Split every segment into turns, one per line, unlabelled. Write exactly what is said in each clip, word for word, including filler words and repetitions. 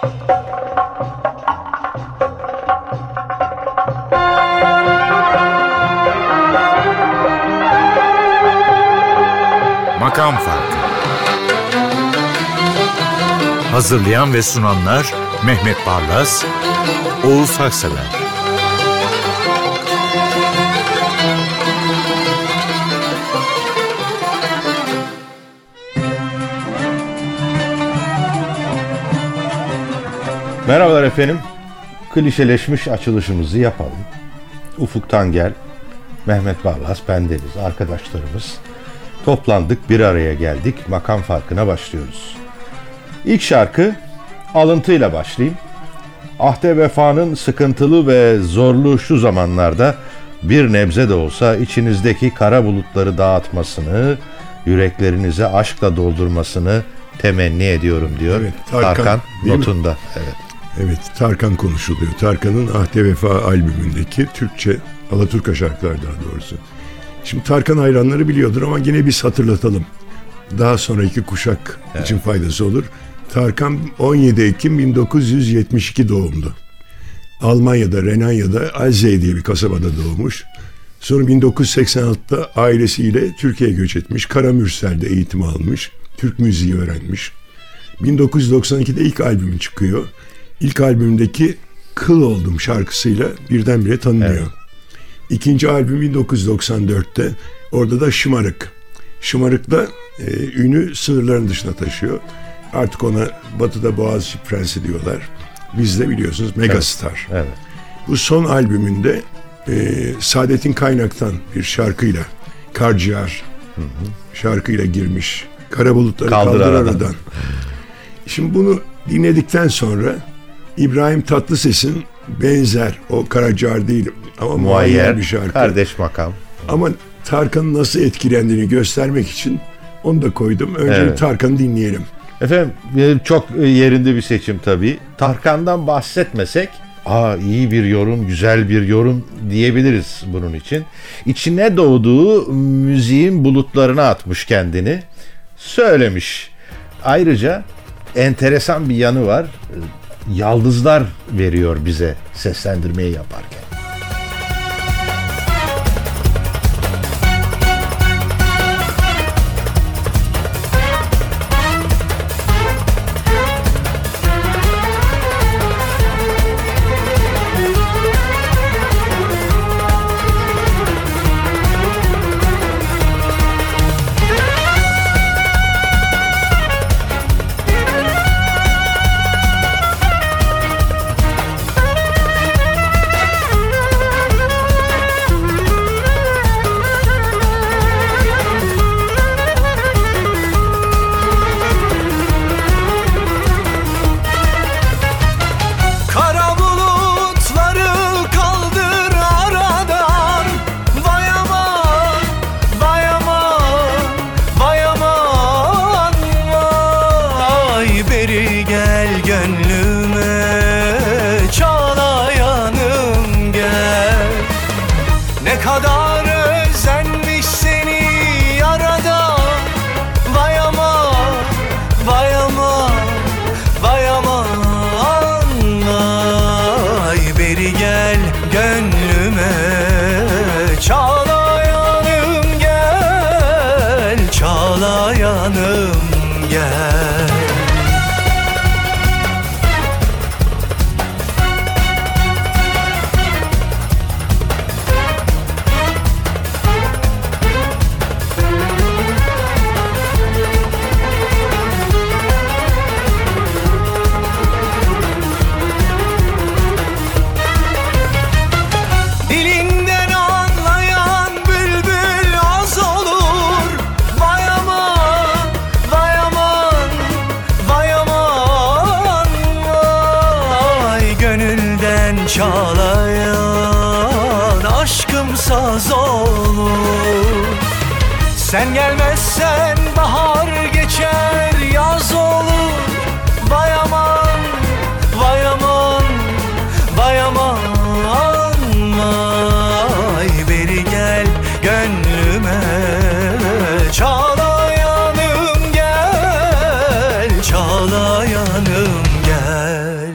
Makam Farkı. Hazırlayan ve sunanlar Mehmet Barlas, Oğuz Haksever.
Merhabalar efendim. Klişeleşmiş açılışımızı yapalım. Ufuk Tangel, Mehmet Barlas, bendeniz, arkadaşlarımız. Toplandık, bir araya geldik. Makam Farkı'na başlıyoruz. İlk şarkı alıntıyla başlayayım. Ahde vefanın sıkıntılı ve zorlu şu zamanlarda bir nebze de olsa içinizdeki kara bulutları dağıtmasını, yüreklerinize aşkla doldurmasını temenni ediyorum diyor.
Evet, Tarkan,
Tarkan notunda. Evet.
Evet, Tarkan konuşuluyor. Tarkan'ın Ahde Vefa albümündeki Türkçe Alaturka şarkılar daha doğrusu. Şimdi Tarkan hayranları biliyordur ama yine biz hatırlatalım. Daha sonraki kuşak evet. için faydası olur. Tarkan on yedi Ekim bin dokuz yüz yetmiş iki doğumlu. Almanya'da, Renanya'da Alzey diye bir kasabada doğmuş. Sonra bin dokuz yüz seksen altıda ailesiyle Türkiye'ye göç etmiş. Karamürsel'de eğitim almış. Türk müziği öğrenmiş. bin dokuz yüz doksan ikide ilk albümü çıkıyor. İlk albümdeki Kıl Oldum şarkısıyla birdenbire tanınıyor. Evet. İkinci albüm bin dokuz yüz doksan dörtte, orada da Şımarık. Şımarık'la e, ünü sınırların dışına taşıyor. Artık ona Batı'da Boğaziçi Prensi diyorlar. Bizde biliyorsunuz Megastar.
Evet. Evet.
Bu son albümünde e, Saadettin Kaynak'tan bir şarkıyla, Karciğer hı hı. şarkıyla girmiş. Kara bulutları kaldır, kaldır aradan. Şimdi bunu dinledikten sonra İbrahim Tatlıses'in benzer, o Karaciğer değil ama muayyer bir şarkı.
Kardeş makam.
Ama Tarkan'ın nasıl etkilendiğini göstermek için onu da koydum. Önce evet. Tarkan'ı dinleyelim.
Efendim çok yerinde bir seçim tabii. Tarkan'dan bahsetmesek, aa iyi bir yorum, güzel bir yorum diyebiliriz bunun için. İçine doğduğu müziğin bulutlarına atmış kendini. Söylemiş. Ayrıca enteresan bir yanı var. Yaldızlar veriyor bize seslendirmeyi yaparken.
Çağlayan aşkım saz olur. Sen gelmezsen bahar geçer, yaz olur. Vay aman, vay aman, vay aman. Vay beri gel gönlüme, çağlayanım gel, çağlayanım gel.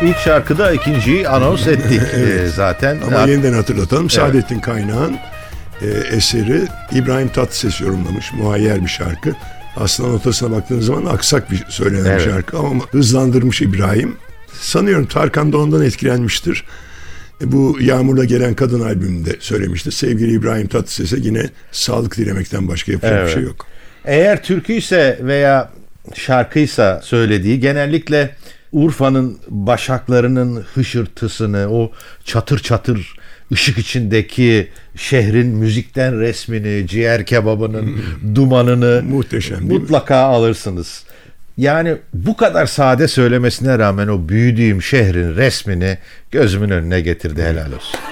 ilk şarkıda ikinciyi anons ettik
Evet.
e, zaten.
Ama
Art-
yeniden hatırlatalım. Saadettin Kaynağ'ın e, eseri İbrahim Tatlıses yorumlamış. Muayyer bir şarkı. Aslında notasına baktığınız zaman aksak bir söylenen
Evet.
şarkı ama hızlandırmış İbrahim. Sanıyorum Tarkan da ondan etkilenmiştir. E, bu Yağmur'la Gelen Kadın albümünde söylemişti. Sevgili İbrahim Tatlıses'e yine sağlık dilemekten başka yapacak
Evet.
bir şey yok.
Eğer türküyse veya şarkıysa söylediği genellikle Urfa'nın başaklarının hışırtısını, o çatır çatır ışık içindeki şehrin müzikten resmini, ciğer kebabının dumanını
Muhteşem değil mi?
mutlaka alırsınız. Yani bu kadar sade söylemesine rağmen o büyüdüğüm şehrin resmini gözümün önüne getirdi, helal olsun.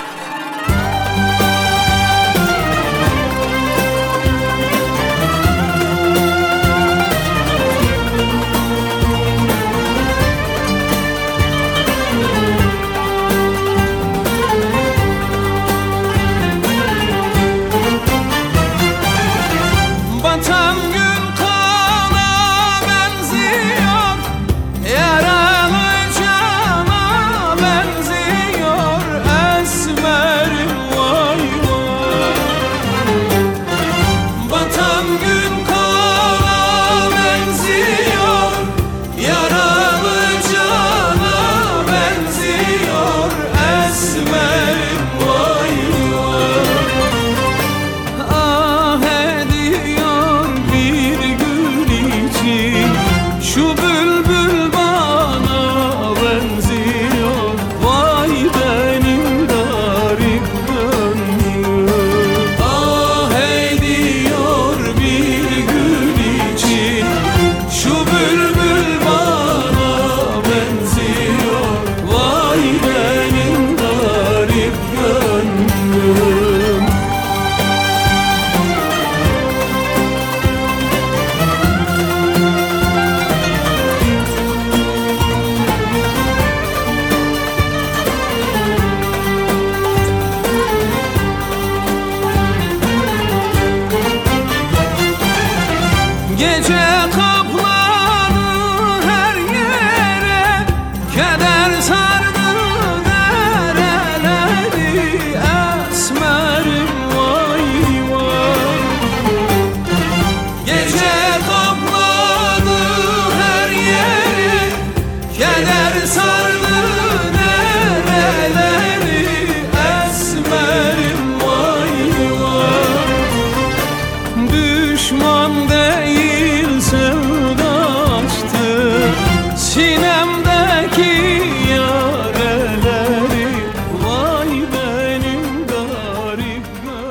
Batan gün kana benziyor, yaralı cana benziyor, esmerim vay vay. Batan gün kana benziyor, yaralı cana benziyor, esmerim vay vay. Ah ediyor bir gün için şu bülbül bana benziyor, vay benim garip gönlüm. Ah ediyor bir gün için şu bülbül bana benziyor, vay benim garip gönlüm. Gece kapladı her yere, keder sardı dereleri, esmerim vay vay. Gece kapladı her yeri, keder sardı dereleri, esmerim vay vay. Düşman değil sevdaştı sinemdeki yareleri, vay benim garip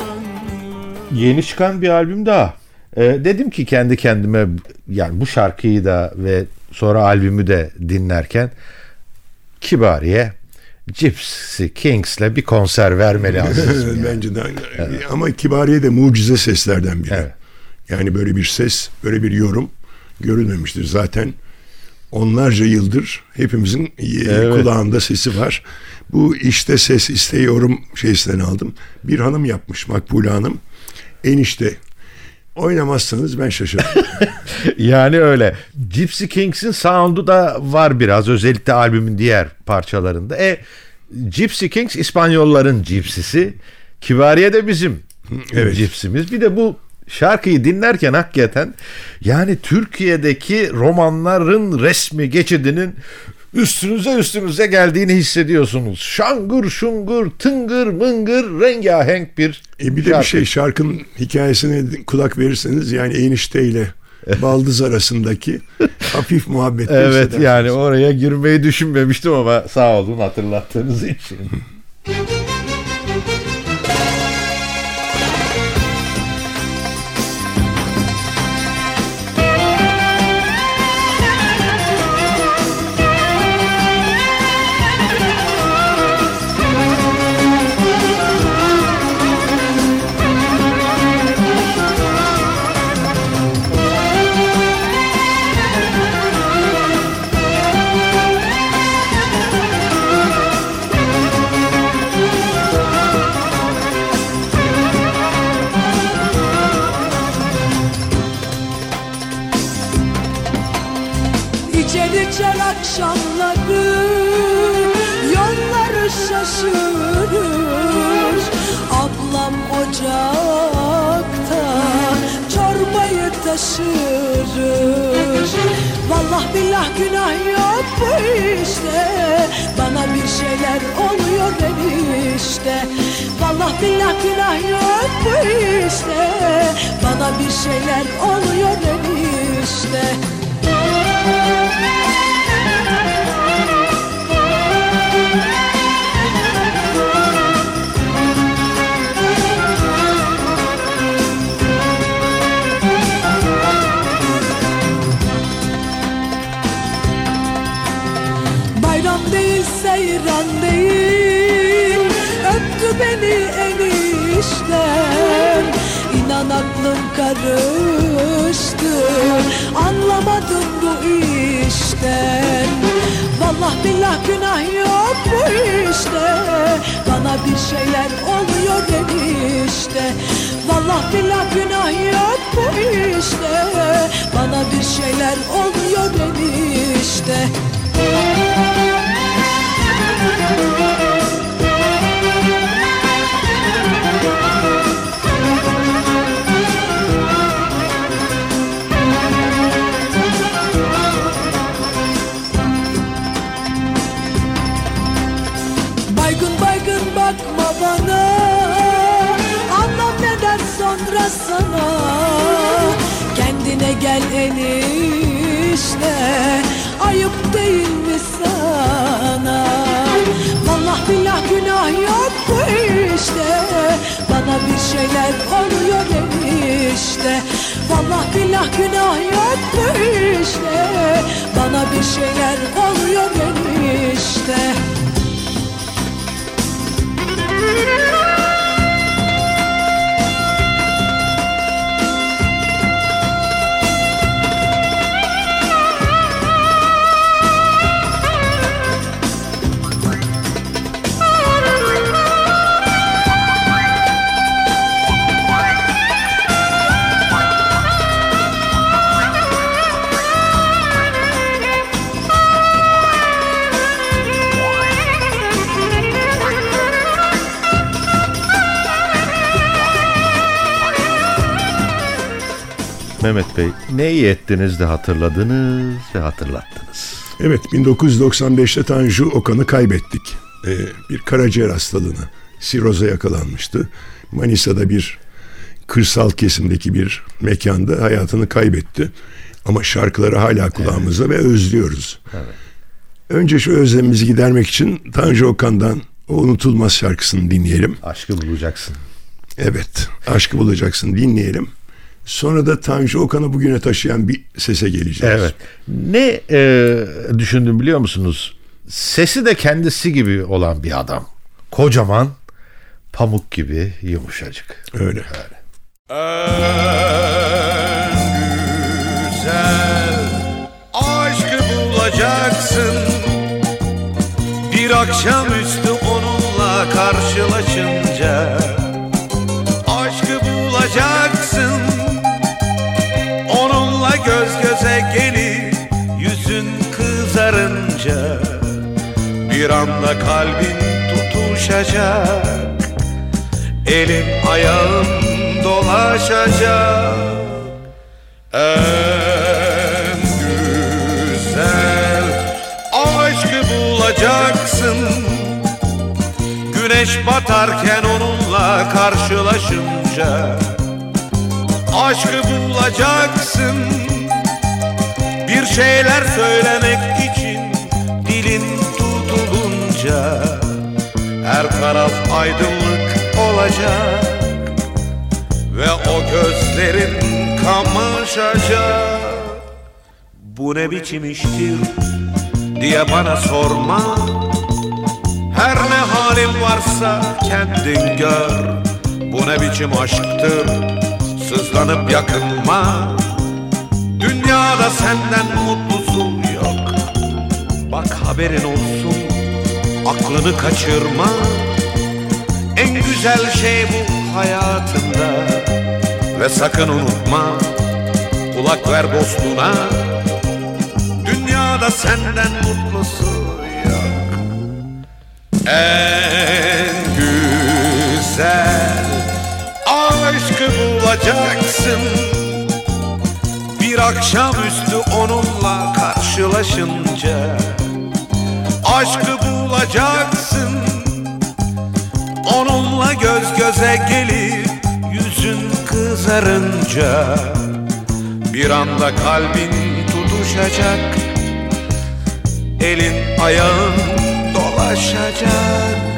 gönlüm.
Yeni çıkan bir albüm daha. Ee, dedim ki kendi kendime, yani bu şarkıyı da ve sonra albümü de dinlerken Kibariye Gypsy Kings'le bir konser vermeli aslında. yani.
Bence de. Ama Kibariye de mucize seslerden biri.
Evet.
Yani böyle bir ses, böyle bir yorum görülmemiştir. Zaten onlarca yıldır hepimizin e,
Evet.
kulağında sesi var. Bu işte ses, iste yorum şeysinden aldım. Bir hanım yapmış, Makbule Hanım. Enişte. Oynamazsanız ben şaşırırım.
Yani öyle. Gypsy Kings'in sound'u da var biraz, özellikle albümün diğer parçalarında. E Gypsy Kings İspanyolların gypsisi, Kibariye de bizim
Evet.
gypsimiz. Bir de bu şarkıyı dinlerken hakikaten yani Türkiye'deki romanların resmi geçidinin üstünüze üstünüze geldiğini hissediyorsunuz. Şangır şungur tıngır mıngır rengahenk bir
E bir de
şarkı.
bir şey, şarkının hikayesine kulak verirseniz yani enişteyle baldız arasındaki hafif muhabbeti
Evet,
hissedersiniz.
yani oraya girmeyi düşünmemiştim ama sağ olun hatırlattığınız için.
Gecel gecel akşamları ocakta çorbayı taşırır. Vallah billah günah yok bu işte, bana bir şeyler oluyor enişte. Vallah billah günah yok bu işte, bana bir şeyler oluyor enişte. Bayram değil, seyran değil, öptü beni eniştem. İnan aklım karıştı, anlamadım bu işten. Vallah billah günah yok bu işte, bana bir şeyler oluyor enişte. Vallah billah günah yok bu işte, bana bir şeyler oluyor enişte. Baygın baygın bakma bana, anlam ne der sonra sana. Kendine gel enişte, ayıp değil mi sana? Vallah billah günah yok bu işte, bana bir şeyler oluyor enişte. Vallah billah günah yok bu işte, bana bir şeyler oluyor enişte.
Mehmet Bey, ne iyi ettiniz de hatırladınız ve hatırlattınız.
Evet, bin dokuz yüz doksan beşte Tanju Okan'ı kaybettik. Ee, bir karaciğer hastalığına, siroza yakalanmıştı. Manisa'da bir kırsal kesimdeki bir mekanda hayatını kaybetti. Ama şarkıları hala kulağımızda, evet, ve özlüyoruz.
Evet.
Önce şu özlemimizi gidermek için Tanju Okan'dan o unutulmaz şarkısını dinleyelim.
Aşkı bulacaksın.
Evet, Aşkı Bulacaksın dinleyelim. Sonra da Tanju Okan'ı bugüne taşıyan bir sese geleceğiz.
Evet. Ne e, düşündüm biliyor musunuz? Sesi de kendisi gibi olan bir adam. Kocaman, pamuk gibi yumuşacık.
Öyle.
Öyle.
En güzel aşkı bulacaksın, bir akşamüstü onunla karşılaşınca. Aşkı bulacaksın, onunla göz göze gelip yüzün kızarınca. Bir anda kalbin tutuşacak, elin ayağın dolaşacak. En güzel aşkı bulacaksın, güneş batarken onunla karşılaşınca. Aşkı bulacaksın, bir şeyler söylemek için dilin tutulunca. Her taraf aydınlık olacak ve o gözlerin kamaşacak. Bu ne biçim iştir diye bana sorma, her ne halin varsa kendin gör. Bu ne biçim aşktır, sızlanıp yakınma. Dünyada senden mutlusu yok. Bak haberin olsun, aklını kaçırma. En güzel şey bu hayatında, ve sakın unutma, kulak ver dostuna. Dünyada senden mutlusu yok. En güzel bulacaksın. Bir akşamüstü onunla karşılaşınca aşkı bulacaksın. Onunla göz göze gelip yüzün kızarınca bir anda kalbin tutuşacak, elin ayağın dolaşacak.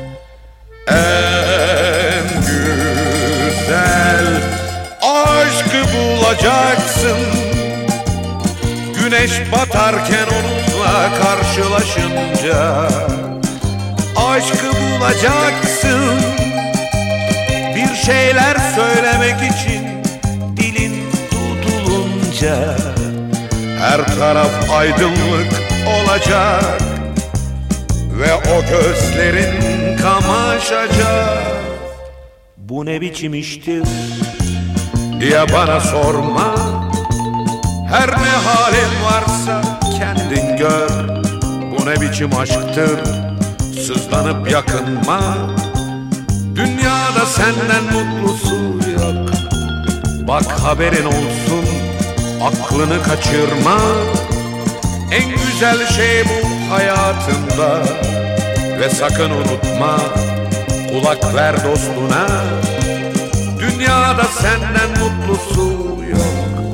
En güzel aşkı bulacaksın. Güneş batarken onunla karşılaşınca aşkı bulacaksın. Bir şeyler söylemek için dilin tutulunca her taraf aydınlık olacak ve o gözlerin kamaşacak. Bu ne biçim iştir diye bana sorma. Her ne halin varsa kendin gör. Bu ne biçim aşktır, sızlanıp yakınma. Dünyada senden mutlusu yok. Bak haberin olsun, aklını kaçırma. En güzel şey bu hayatında. Ve sakın unutma, kulak ver dostuna. Dünyada senden mutlusu yok.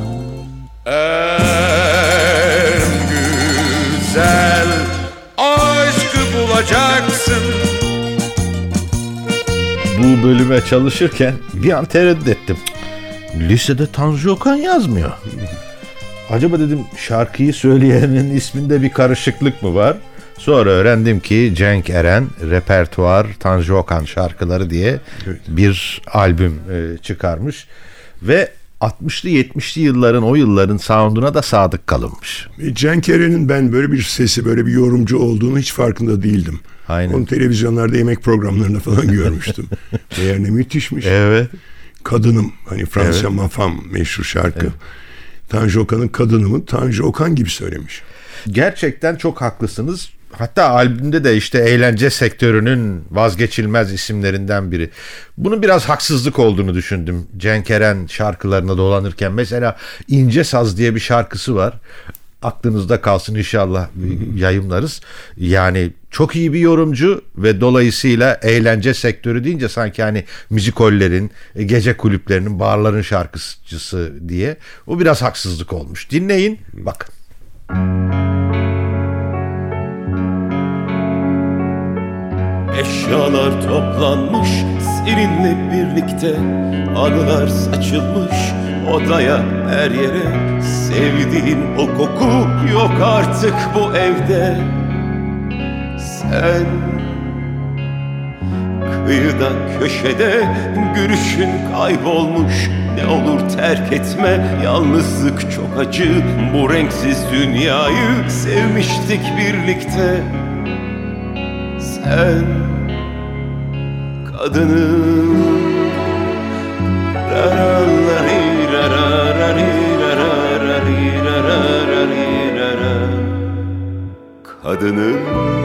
En güzel aşkı bulacaksın.
Bu bölüme çalışırken bir an tereddüt ettim. Lisede Tanju Okan yazmıyor. Acaba dedim şarkıyı söyleyenin isminde bir karışıklık mı var? Sonra öğrendim ki Cenk Eren Repertuar Tanju Okan şarkıları diye bir albüm çıkarmış. Ve altmışlı yetmişli yılların, o yılların sound'una da sadık kalınmış.
Cenk Eren'in ben böyle bir sesi, böyle bir yorumcu olduğunu hiç farkında değildim.
Aynen.
Onu televizyonlarda yemek programlarında falan görmüştüm. Eğer ne müthişmiş.
Evet.
Kadınım, hani Fransa
Evet.
Mafam meşhur şarkı.
Evet.
Tanju Okan'ın Kadınım'ı Tanju Okan gibi söylemiş.
Gerçekten çok haklısınız. Hatta albümde de işte eğlence sektörünün vazgeçilmez isimlerinden biri. Bunun biraz haksızlık olduğunu düşündüm. Cenk Eren şarkılarına dolanırken. Mesela İnce Saz diye bir şarkısı var. Aklınızda kalsın, inşallah yayımlarız. Yani çok iyi bir yorumcu ve dolayısıyla eğlence sektörü deyince sanki hani müzikollerin, gece kulüplerinin, barların şarkıcısı diye. O biraz haksızlık olmuş. Dinleyin, bakın.
Eşyalar toplanmış seninle birlikte, anılar saçılmış odaya, her yere. Sevdiğin o koku yok artık bu evde. Sen kıyıda köşede, gülüşün kaybolmuş. Ne olur terk etme, yalnızlık çok acı. Bu renksiz dünyayı sevmiştik birlikte. Sen kadının kadının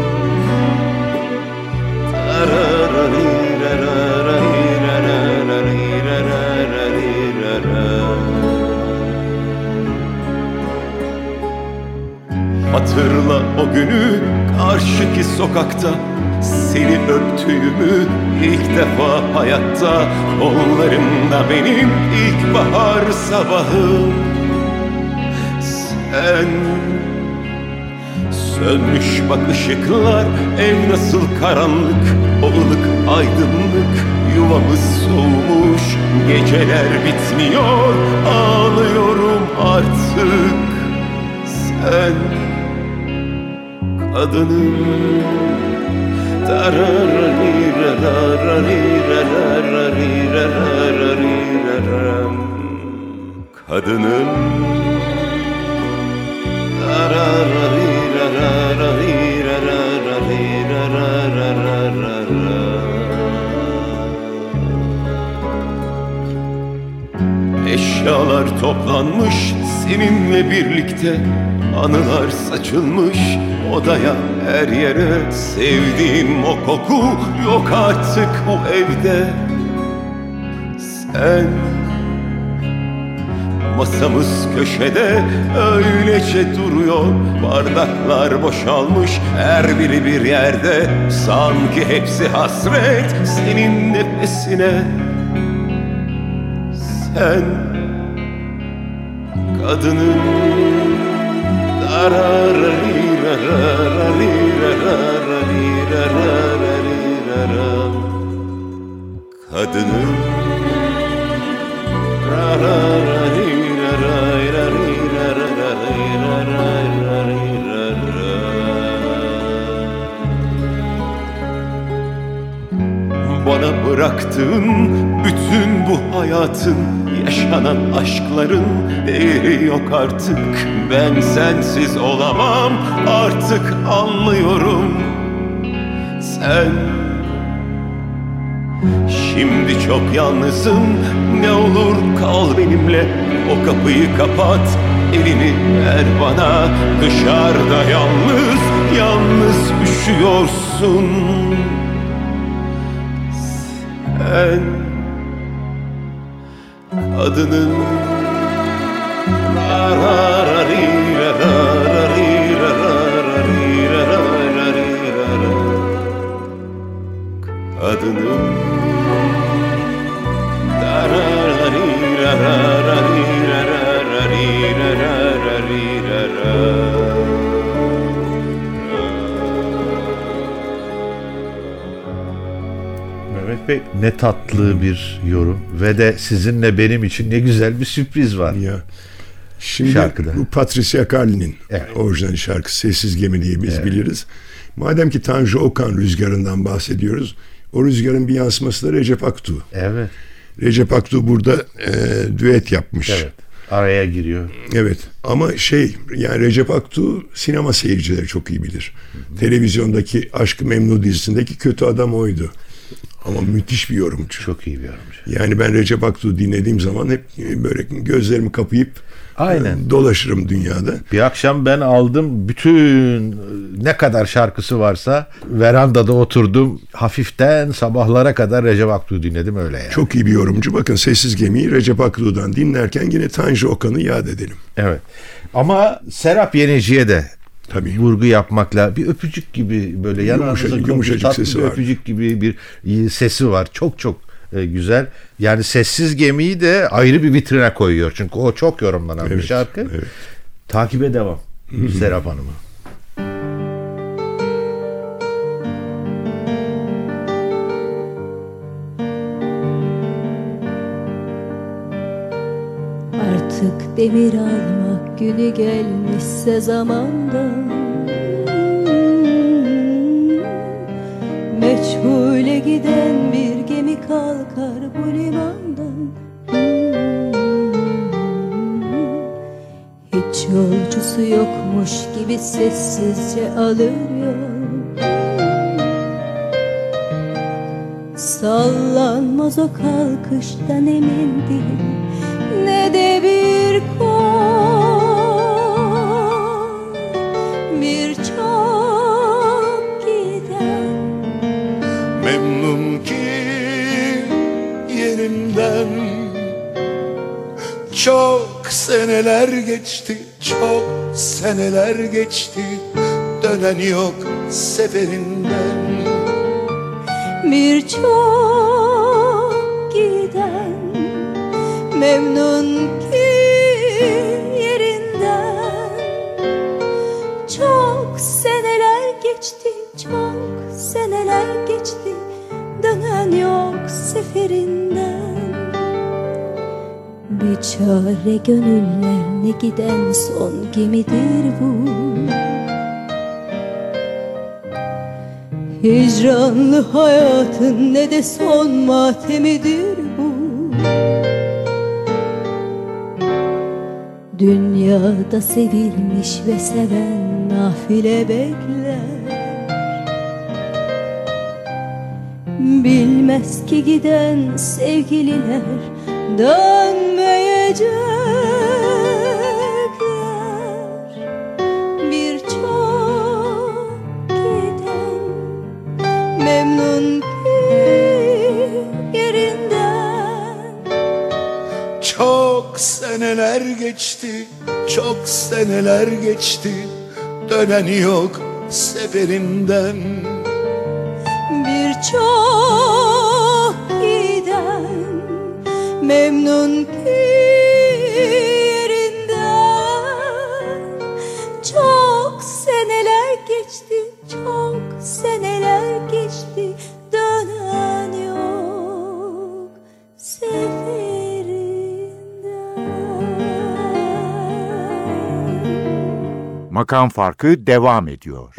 hatırla o günü karşıki sokakta, seni öptüğümü ilk defa hayatta. Kollarımda benim ilkbahar sabahım. Sen sönmüş bak ışıklar, ev nasıl karanlık, o ılık aydınlık. Yuvamız soğumuş, geceler bitmiyor, ağlıyorum artık. Sen kadının kadının eşyalar toplanmış seninle birlikte, anılar saçılmış odaya, her yere. Sevdiğim o koku yok artık bu evde. Sen Masamız köşede öylece duruyor. Bardaklar boşalmış her biri bir yerde. Sanki hepsi hasret senin nefesine. Sen kadının kadının bana bıraktığın bütün bu hayatın, yaşanan aşkların değeri yok artık. Ben sensiz olamam artık, anlıyorum. Sen şimdi çok yalnızım, ne olur kal benimle. O kapıyı kapat, elini ver bana. Dışarıda yalnız, yalnız üşüyorsun. Sen kadının kadının
Mehmet Bey, ne tatlı bir yorum ve de sizinle benim için ne güzel bir sürpriz var.
Ya. Şimdi
Şarkıda.
bu Patricia Carly'nin
Evet.
orijinal şarkısı Sessiz Gemi diye biz
Evet.
biliriz. Madem ki Tanju Okan rüzgarından bahsediyoruz, o rüzgarın bir yansıması da Recep Aktuğ.
Evet.
Recep Aktuğ burada e, düet yapmış.
Evet. Araya giriyor.
Evet, ama şey, yani Recep Aktuğ sinema seyircileri çok iyi bilir. Hı-hı. Televizyondaki Aşk-ı Memnu dizisindeki kötü adam oydu. Ama müthiş bir yorumcu.
Çok iyi bir yorumcu.
Yani ben Recep Aktuğ dinlediğim zaman hep böyle gözlerimi kapayıp
Aynen.
dolaşırım dünyada.
Bir akşam ben aldım bütün ne kadar şarkısı varsa, verandada oturdum, hafiften sabahlara kadar Recep Aktuğ dinledim, öyle yani.
Çok iyi bir yorumcu. Bakın Sessiz Gemi'yi Recep Aktuğ'dan dinlerken yine Tanju Okan'ı yad edelim.
Evet. Ama Serap Yenici'ye de
Tabii.
vurgu yapmakla, bir öpücük gibi böyle yanağınıza
Yumuşacık-
konmuş
yumuşacık
tatlı
sesi
bir
var.
öpücük gibi bir sesi var. Çok çok e, güzel. Yani Sessiz Gemi'yi de ayrı bir vitrine koyuyor. Çünkü o çok yorumlanan bir
Evet,
şarkı.
evet.
Takibe devam. Serap Hanım'ı.
Artık demir almak günü gelmişse zamandan, meçhule giden bir gemi kalkar bu limandan. Hiç yolcusu yokmuş gibi sessizce alır yol. Sallanmaz o kalkıştan emin değil, ne de bir kol, bir çok giden.
Memnun ki yerimden, çok seneler geçti, çok seneler geçti, dönen yok seferinden.
Bir çok giden, memnun ki yerinden. Çok seneler geçti, çok seneler geçti, dönen yok seferinden. Bir çare gönüller, ne giden son gemidir bu. Hicranlı hayatın ne de son matemidir bu. Dünyada sevilmiş ve seven nafile bekler. Bilmez ki giden sevgililer dönmeyecekler. Bir çok giden, memnun ki yerinden.
Çok seneler seneler geçti, çok seneler geçti, dönen yok seferinden.
Birçok giden memnun yerinden. Çok seneler geçti, çok seneler geçti, dönen yok seferinden.
Makam Farkı devam ediyor.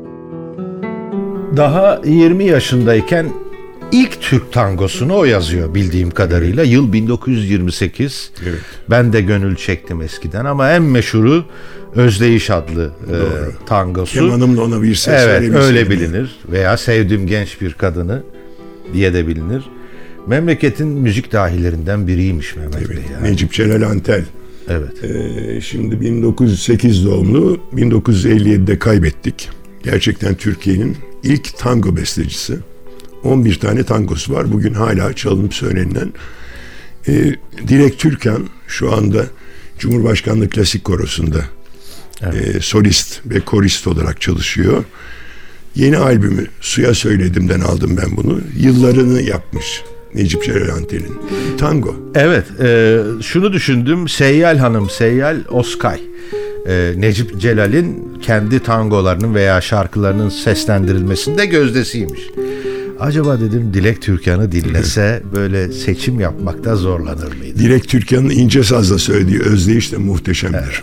Daha yirmi yaşındayken ilk Türk tangosunu o yazıyor bildiğim kadarıyla. Yıl bin dokuz yüz yirmi sekiz.
Evet.
Ben de gönül çektim eskiden ama en meşhuru Özdeyiş adlı e, tangosu.
Kemanımla ona bir ses
Evet,
verebilseydim.
öyle bilinir veya Sevdim Genç Bir Kadını diye de bilinir. Memleketin müzik dahilerinden biriymiş Mehmet
Evet,
Bey. Yani.
Necip Celal Antel.
Evet.
Ee, şimdi bin dokuz yüz sekiz doğumlu, bin dokuz yüz elli yedide kaybettik. Gerçekten Türkiye'nin ilk tango bestecisi. on bir tane tangosu var. Bugün hala çalınıp söylenilen. Ee, Dilek Türkan şu anda Cumhurbaşkanlığı Klasik Korosu'nda
Evet.
e, solist ve korist olarak çalışıyor. Yeni albümü Suya Söyledim'den aldım ben bunu. Yıllarını yapmış Necip Celal Antel'in. Tango.
Evet, e, şunu düşündüm. Seyyal Hanım, Seyyal Oskay. E, Necip Celal'in kendi tangolarının veya şarkılarının seslendirilmesinde gözdesiymiş. Acaba dedim Dilek Türkan'ı dinlese böyle seçim yapmakta zorlanır mıydı?
Dilek Türkan'ın ince sazla söylediği özdeyiş de muhteşemdir.
Evet.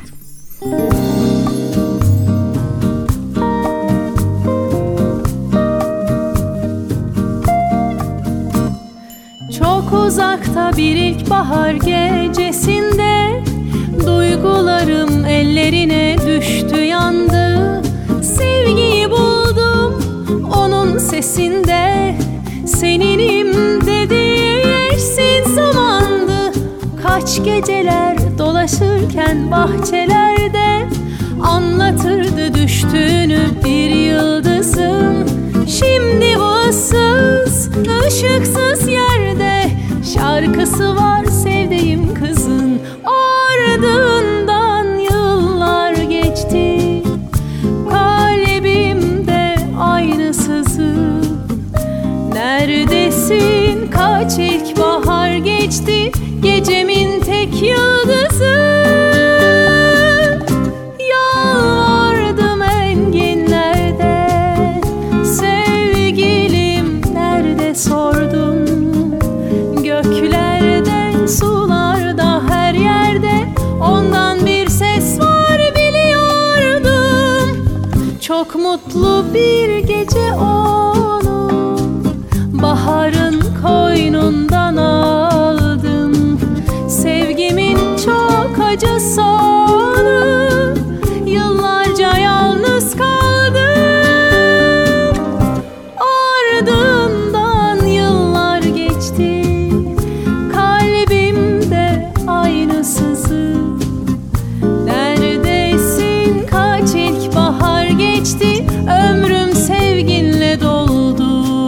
Çok uzakta bir ilkbahar gecesinde duygularım ellerine düştü yandı. Sevgiyi buldum onun sesinde, seninim dediği eşsiz zamandı. Kaç geceler dolaşırken bahçelerde anlatırdı düştüğünü bir yıldızın. Şimdi bu ıssız, ışıksız yerde şarkısı var sevdiğim kızın. Ardından yıllar geçti, kalbimde aynı sızı. Neredesin, kaç ilkbahar geçti, gecemin tek yıldızı. Yalvardım enginlerde, sevgilim nerede sordum. Göklerde, sularda, her yerde ondan bir ses var biliyordum. Çok mutlu bir gece onu baharın koynundan aldım. Sevgimin çok acı sonu, yıllarca yalnız kaldım. Ardından yıllar geçti, kalbimde aynı sızı. Neredesin, kaç ilkbahar geçti, ömrüm sevginle doldu.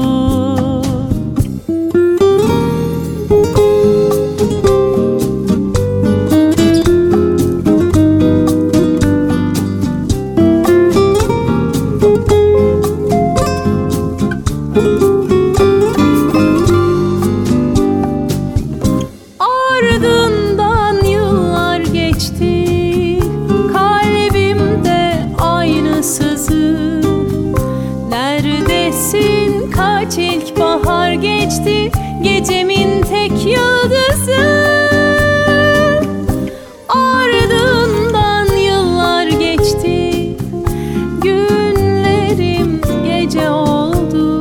Ardından yıllar geçti, kalbimde aynı sızı. Neredesin, kaç ilkbahar geçti, gecemin tek yıldızı. Ardından yıllar geçti, günlerim gece oldu.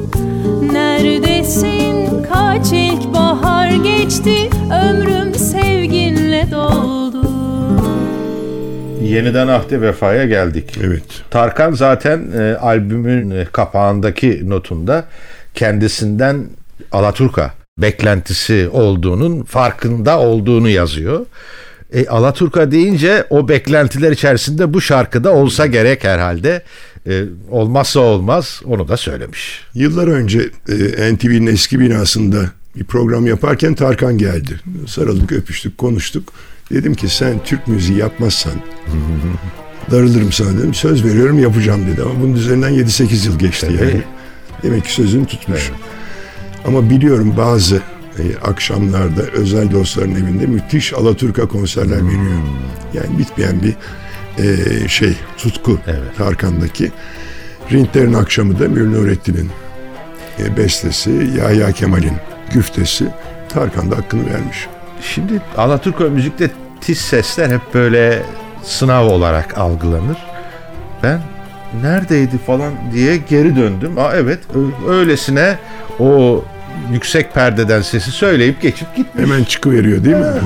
Neredesin, kaç ilkbahar geçti, ömrüm sevginle doldu.
Yeniden Ahde Vefa'ya geldik.
Evet.
Tarkan zaten e, albümün e, kapağındaki notunda kendisinden Alaturka beklentisi olduğunun farkında olduğunu yazıyor. E, Alaturka deyince o beklentiler içerisinde bu şarkıda olsa gerek herhalde. E, olmazsa olmaz, onu da söylemiş.
Yıllar önce e, N T V'nin eski binasında Bir program yaparken Tarkan geldi. Sarıldık, öpüştük, konuştuk. Dedim ki sen Türk müziği yapmazsan darılırım sana dedim. Söz veriyorum yapacağım dedi. Ama bunun üzerinden yedi sekiz yıl geçti
evet.
yani. Demek ki sözünü tutmuş.
Evet.
Ama biliyorum bazı e, akşamlarda özel dostların evinde müthiş Alaturka konserler hmm. veriyor. Yani bitmeyen bir e, şey, tutku evet. Tarkan'daki. Rintlerin akşamı da Münir Nurettin'in e, bestesi, Yahya Kemal'in güftesi. Tarkan da hakkını vermiş.
Şimdi Alaturka müzikte tiz sesler hep böyle sınav olarak algılanır. Ben neredeydi falan diye geri döndüm. Aa evet, öylesine o yüksek perdeden sesi söyleyip geçip gitmiş.
Hemen çıkıveriyor değil mi? Ha.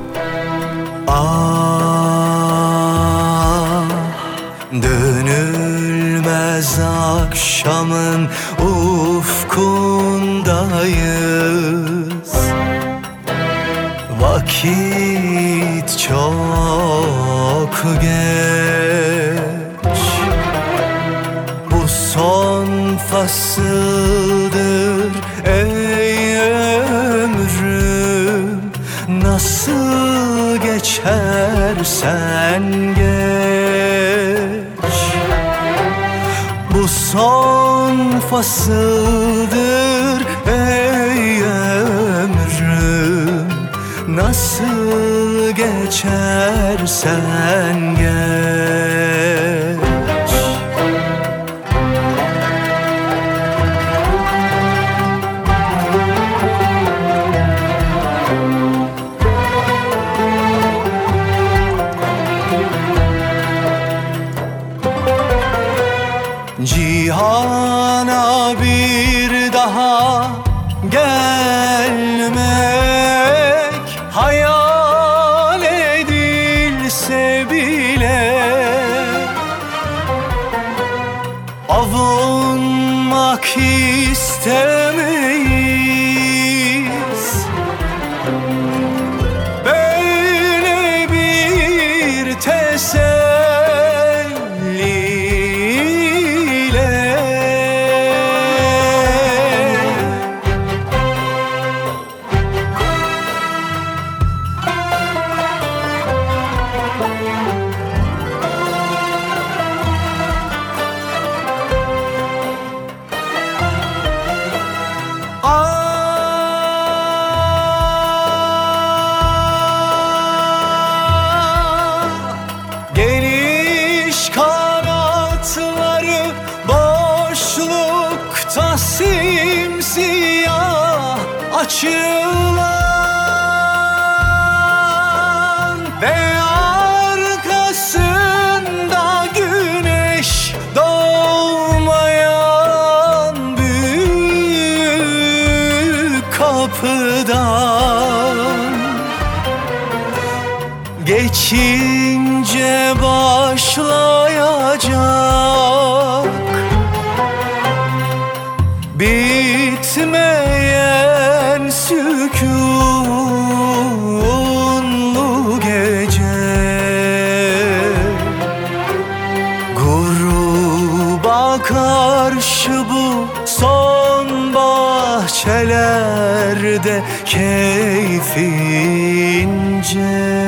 Ah, dönülmez akşamın ufkundayız. Vakit çok geç. Bu son fasıldır ey ömrüm. Nasıl geçersen geç. Bu son fasıldır ey ömrüm. Nasıl geçersen geç. Cihana bir daha gelmek hayal edilse bile avunmak istemeyiz. Böyle bir teselli simsiyah açılan ve arkasında güneş doğmayan büyük kapıdan geçince başlayacak bitmeyen sükunlu gece. Gruba karşı bu son bahçelerde keyfince.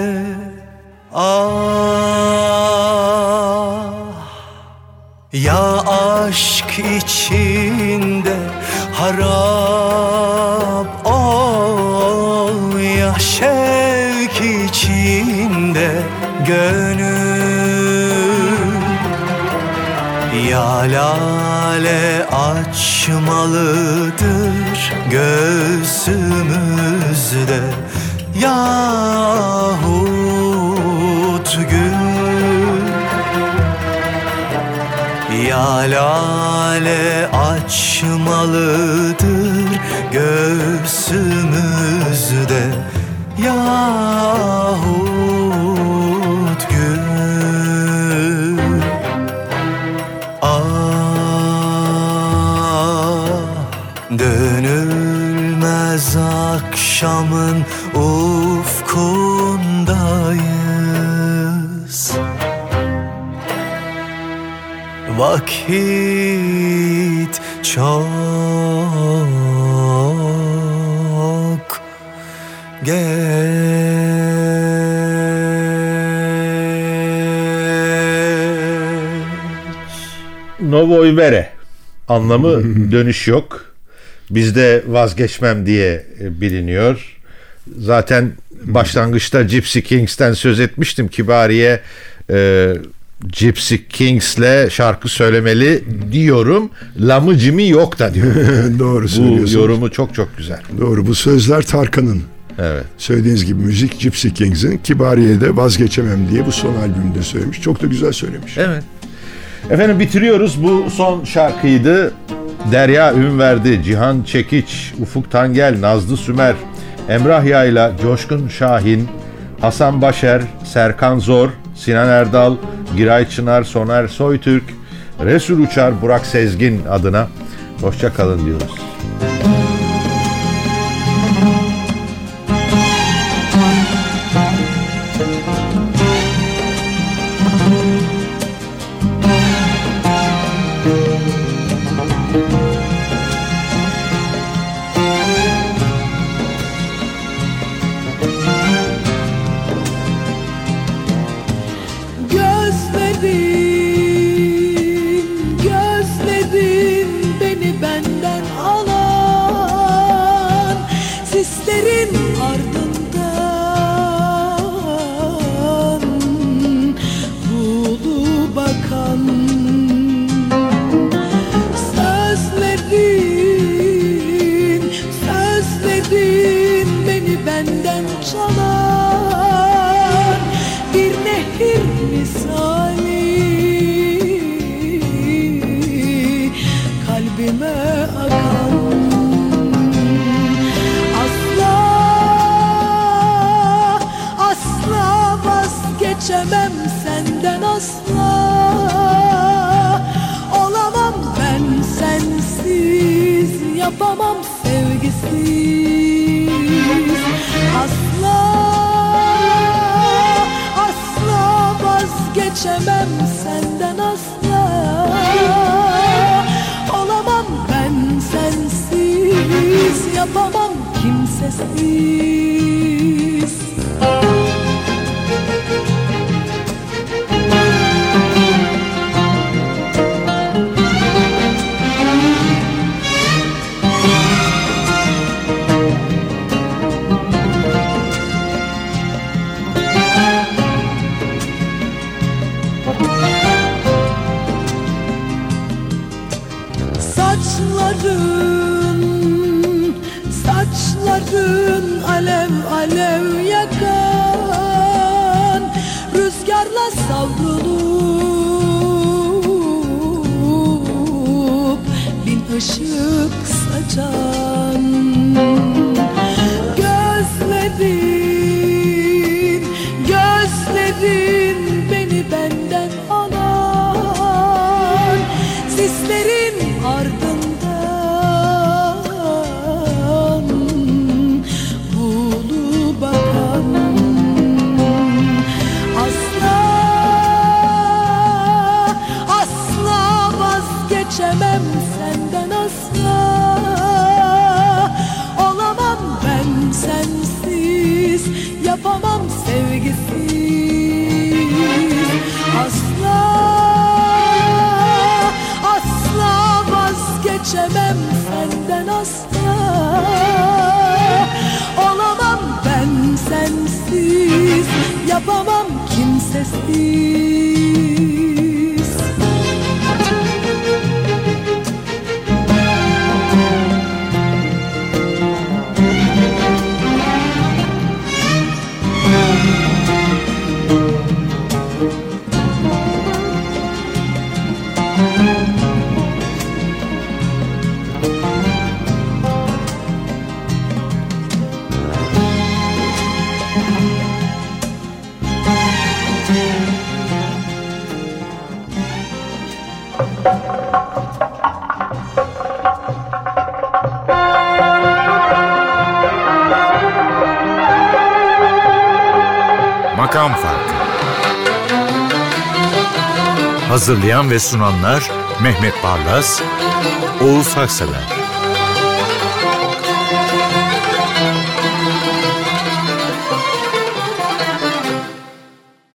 Ah, ya aşk içinde harap ol, ya şevk içinde gönül. Ya lale açmalıdır göğsümüzde yahut gül. Ya lale açmalıdır göğsümüzde yahut gül. Ah, dönülmez akşamın ufkundayız. Vakit çok
Novoj vere. Anlamı dönüş yok. Bizde vazgeçmem diye biliniyor. Zaten başlangıçta Gypsy Kings'ten söz etmiştim. Kibariye e, Gypsy Kings'le şarkı söylemeli diyorum. Lamıcımı yok da diyor.
Doğru söylüyorsunuz.
Bu yorumu çok çok güzel.
Doğru, bu sözler Tarkan'ın.
Evet.
Söylediğiniz gibi müzik Gypsy Kings'in, Kibariye'de vazgeçemem diye bu son albümünde söylemiş. Çok da güzel söylemiş.
Evet. Efendim bitiriyoruz. Bu son şarkıydı. Derya Ünverdi, Cihan Çekiç, Ufuk Tangel, Nazlı Sümer, Emrah Yayla, Coşkun Şahin, Hasan Başer, Serkan Zor, Sinan Erdal, Giray Çınar, Soner Soytürk, Resul Uçar, Burak Sezgin adına hoşça kalın diyoruz.
Geçemem senden asla. Olamam ben sensiz, yapamam sevgisiz. Asla, asla vazgeçemem senden asla. Olamam ben sensiz, yapamam kimsesiz. Saçların, saçların alev alev yakan, rüzgarla savrulup bin ışık saçan. Gözlerin, gözlerin beni benden alan, sislerin ardından bulu bakan. Asla, asla vazgeçemem senden asla. Olamam ben sensiz, yapamam sevgisiz. Asla, asla vazgeçemem senden asla. Olamam ben sensiz, yapamam kimsesiz.
Makam Farkı. Hazırlayan ve sunanlar Mehmet Barlas, Oğuz Haksever.